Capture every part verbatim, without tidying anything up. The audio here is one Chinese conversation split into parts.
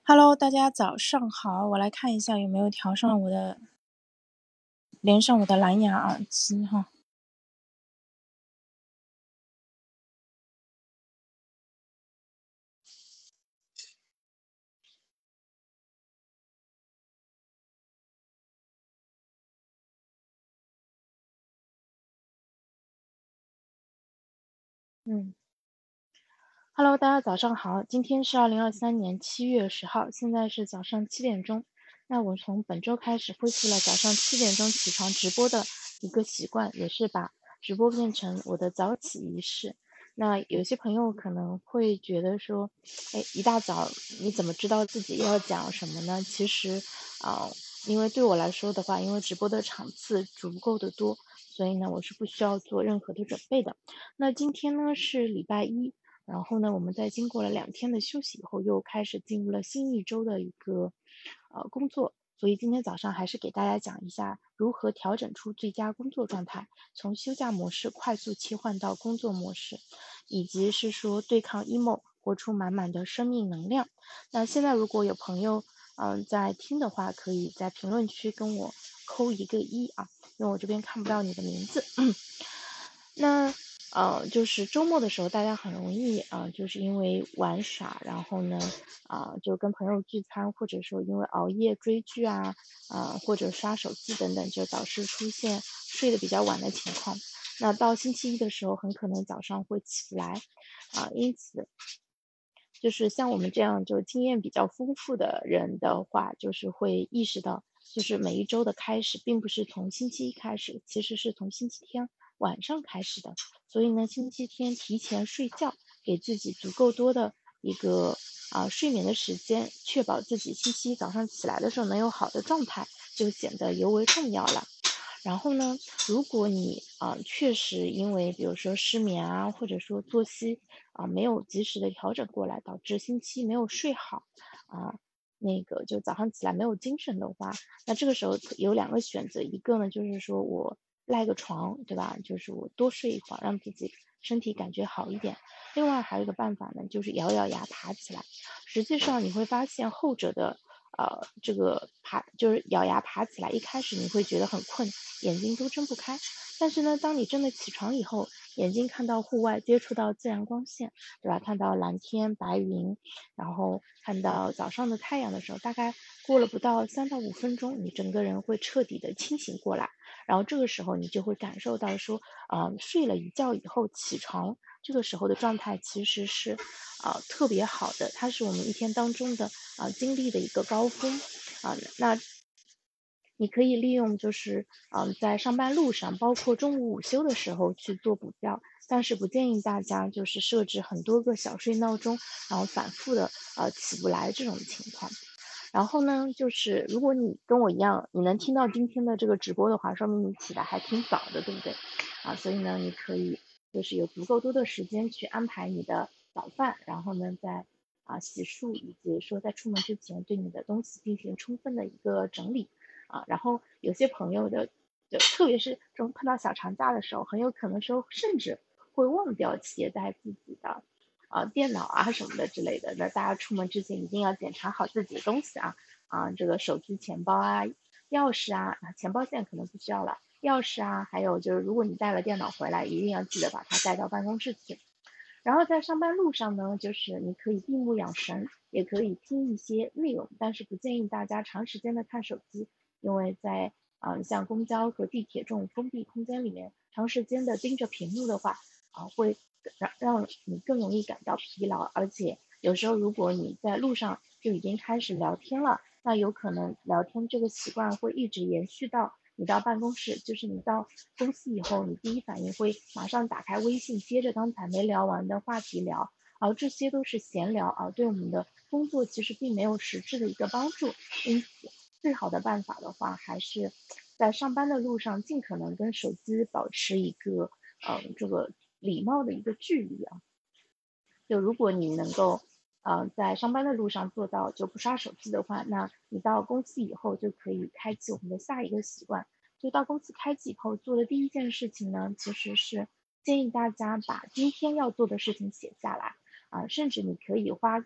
Hello，大家早上好，我来看一下有没有调上我的连上我的蓝牙耳机哈。嗯，Hello，大家早上好，今天是二零二三年七月十号，现在是早上七点钟。那我从本周开始恢复了早上七点钟起床直播的一个习惯，也是把直播变成我的早起仪式。那有些朋友可能会觉得说，哎，一大早你怎么知道自己要讲什么呢？其实，啊、因为对我来说的话，因为直播的场次足够的多，所以呢，我是不需要做任何的准备的。那今天呢是礼拜一，然后呢，我们在经过了两天的休息以后，又开始进入了新一周的一个呃工作。所以今天早上还是给大家讲一下如何调整出最佳工作状态，从休假模式快速切换到工作模式，以及是说对抗 emo，活出满满的生命能量。那现在如果有朋友嗯、呃在听的话，可以在评论区跟我扣一个一啊，因为我这边看不到你的名字。那呃，就是周末的时候，大家很容易啊、呃就是因为玩耍，然后呢，啊、就跟朋友聚餐，或者说因为熬夜追剧啊，啊、或者刷手机等等，就导致出现睡得比较晚的情况。那到星期一的时候，很可能早上会起不来，啊、因此就是像我们这样就经验比较丰富的人的话，就是会意识到，就是每一周的开始并不是从星期一开始，其实是从星期天晚上开始的。所以呢，星期天提前睡觉，给自己足够多的一个啊、睡眠的时间，确保自己星期一早上起来的时候能有好的状态，就显得尤为重要了。然后呢，如果你啊、呃确实因为比如说失眠啊，或者说作息啊、没有及时的调整过来，导致星期一没有睡好啊、那个就早上起来没有精神的话，那这个时候有两个选择，一个呢就是说我赖个床，对吧？就是我多睡一会儿，让自己身体感觉好一点。另外还有一个办法呢，就是咬咬牙爬起来。实际上你会发现后者的呃这个爬就是咬牙爬起来，一开始你会觉得很困，眼睛都睁不开。但是呢，当你真的起床以后，眼睛看到户外，接触到自然光线，对吧？看到蓝天白云，然后看到早上的太阳的时候，大概过了不到三到五分钟，你整个人会彻底的清醒过来。然后这个时候你就会感受到说，啊、睡了一觉以后起床，这个时候的状态其实是啊、特别好的，它是我们一天当中的啊、经历的一个高峰啊、那你可以利用就是嗯、在上班路上，包括中午午休的时候去做补觉，但是不建议大家就是设置很多个小睡闹钟，然后反复的呃起不来这种情况。然后呢，就是如果你跟我一样，你能听到今天的这个直播的话，说明你起来还挺早的，对不对？啊，所以呢，你可以就是有足够多的时间去安排你的早饭，然后呢，在啊洗漱以及说在出门之前对你的东西进行充分的一个整理啊。然后有些朋友的，就特别是这种碰到小长假的时候，很有可能说甚至会忘掉携带自己的啊、电脑啊什么的之类的。那大家出门之前一定要检查好自己的东西啊啊，这个手机、钱包啊、钥匙啊，啊钱包现在可能不需要了，钥匙啊，还有就是如果你带了电脑回来，一定要记得把它带到办公室去。然后在上班路上呢，就是你可以闭目养神，也可以听一些内容，但是不建议大家长时间的看手机，因为在啊、呃像公交和地铁这种封闭空间里面，长时间的盯着屏幕的话，啊、会让让你更容易感到疲劳，而且有时候如果你在路上就已经开始聊天了，那有可能聊天这个习惯会一直延续到你到办公室，就是你到公司以后，你第一反应会马上打开微信，接着刚才没聊完的话题聊，而这些都是闲聊啊，对我们的工作其实并没有实质的一个帮助。因此，最好的办法的话，还是在上班的路上尽可能跟手机保持一个呃这个礼貌的一个距离啊。就如果你能够，呃，在上班的路上做到就不刷手机的话，那你到公司以后就可以开启我们的下一个习惯。就到公司开启以后做的第一件事情呢，其实是建议大家把今天要做的事情写下来啊，甚至你可以花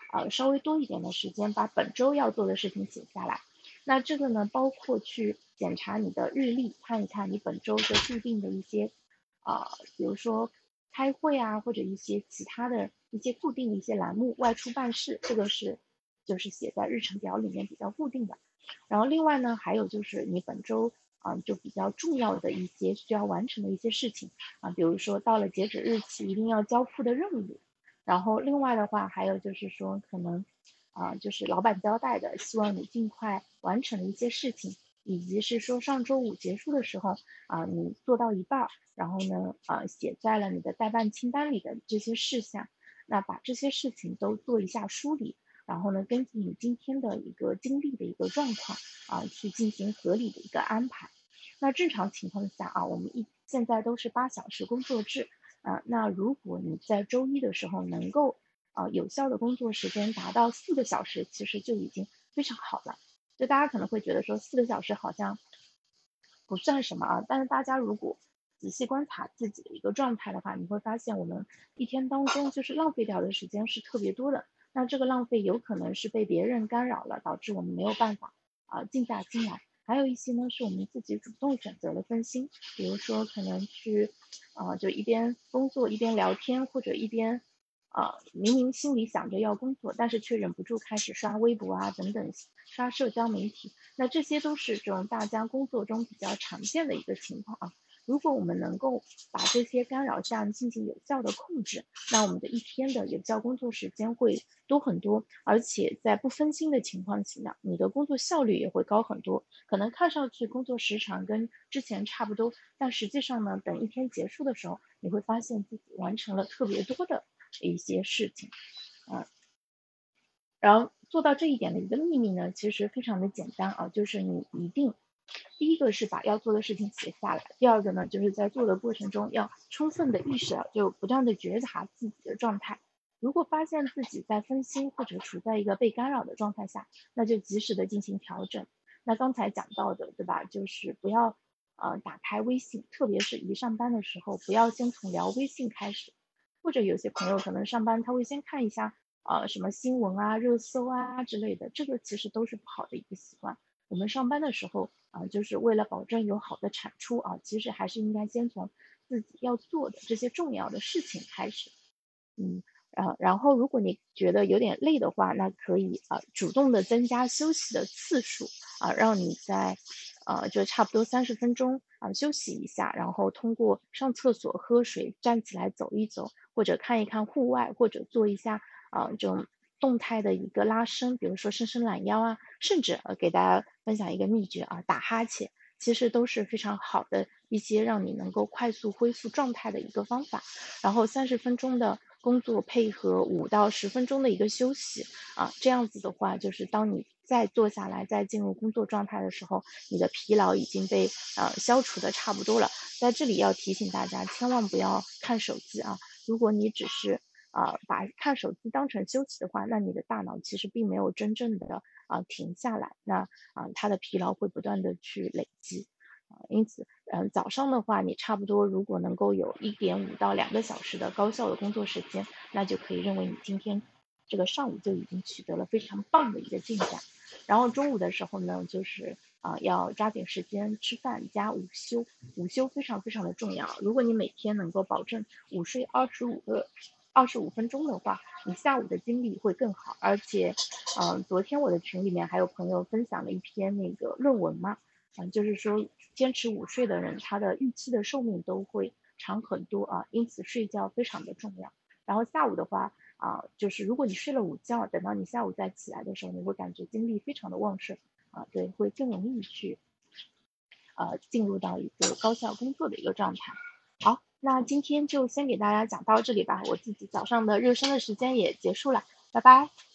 呃稍微多一点的时间，把本周要做的事情写下来。那这个呢，包括去检查你的日历，看一看你本周的固定的一些，呃，比如说开会啊，或者一些其他的一些固定的一些栏目，外出办事，这个是就是写在日程表里面比较固定的。然后另外呢，还有就是你本周啊、呃就比较重要的一些需要完成的一些事情啊、比如说到了截止日期一定要交付的任务。然后另外的话，还有就是说可能啊、就是老板交代的，希望你尽快完成的一些事情，以及是说上周五结束的时候啊、你做到一半，然后呢啊、写在了你的待办清单里的这些事项，那把这些事情都做一下梳理。然后呢，根据你今天的一个经历的一个状况啊，去进行合理的一个安排。那正常情况下啊，我们一现在都是八小时工作制啊，那如果你在周一的时候能够啊有效的工作时间达到四个小时，其实就已经非常好了。就大家可能会觉得说四个小时好像不算什么啊，但是大家如果仔细观察自己的一个状态的话，你会发现我们一天当中就是浪费掉的时间是特别多的。那这个浪费有可能是被别人干扰了，导致我们没有办法啊、呃静下心来。还有一些呢是我们自己主动选择了分心，比如说可能去啊、呃就一边工作一边聊天，或者一边呃明明心里想着要工作，但是却忍不住开始刷微博啊等等刷社交媒体。那这些都是这种大家工作中比较常见的一个情况啊。如果我们能够把这些干扰项进行有效的控制，那我们的一天的有效工作时间会多很多，而且在不分心的情况下，你的工作效率也会高很多。可能看上去工作时长跟之前差不多，但实际上呢，等一天结束的时候，你会发现自己完成了特别多的一些事情，嗯、然后做到这一点的一个秘密呢，其实非常的简单啊，就是你一定，第一个是把要做的事情写下来，第二个呢，就是在做的过程中要充分的意识到，就不断的觉察自己的状态。如果发现自己在分心或者处在一个被干扰的状态下，那就及时的进行调整。那刚才讲到的，对吧？就是不要呃打开微信，特别是一上班的时候，不要先从聊微信开始，或者有些朋友可能上班他会先看一下呃什么新闻啊、热搜啊之类的，这个其实都是不好的一个习惯。我们上班的时候啊、呃就是为了保证有好的产出啊，其实还是应该先从自己要做的这些重要的事情开始。嗯，呃，然后如果你觉得有点累的话，那可以呃主动的增加休息的次数啊、让你在呃就差不多三十分钟啊、休息一下，然后通过上厕所、喝水、站起来走一走，或者看一看户外，或者做一下啊、这种动态的一个拉伸，比如说伸伸懒腰啊，甚至呃给大家分享一个秘诀啊，打哈欠。其实都是非常好的一些让你能够快速恢复状态的一个方法。然后三十分钟的工作配合五到十分钟的一个休息啊，这样子的话，就是当你再坐下来再进入工作状态的时候，你的疲劳已经被呃消除的差不多了。在这里要提醒大家，千万不要看手机啊！如果你只是呃把看手机当成休息的话，那你的大脑其实并没有真正的啊、呃停下来，那啊、呃、它的疲劳会不断的去累积。啊，因此，嗯，早上的话，你差不多如果能够有一点五到两个小时的高效的工作时间，那就可以认为你今天这个上午就已经取得了非常棒的一个进展。然后中午的时候呢，就是啊、呃要抓紧时间吃饭加午休，午休非常非常的重要。如果你每天能够保证午睡二十五个二十五分钟的话，你下午的精力会更好。而且，嗯、呃昨天我的群里面还有朋友分享了一篇那个论文嘛。嗯，就是说坚持午睡的人，他的预期的寿命都会长很多啊，因此睡觉非常的重要。然后下午的话啊，就是如果你睡了午觉，等到你下午再起来的时候，你会感觉精力非常的旺盛啊，对，会更容易去呃进入到一个高效工作的一个状态。好，那今天就先给大家讲到这里吧，我自己早上的热身的时间也结束了，拜拜。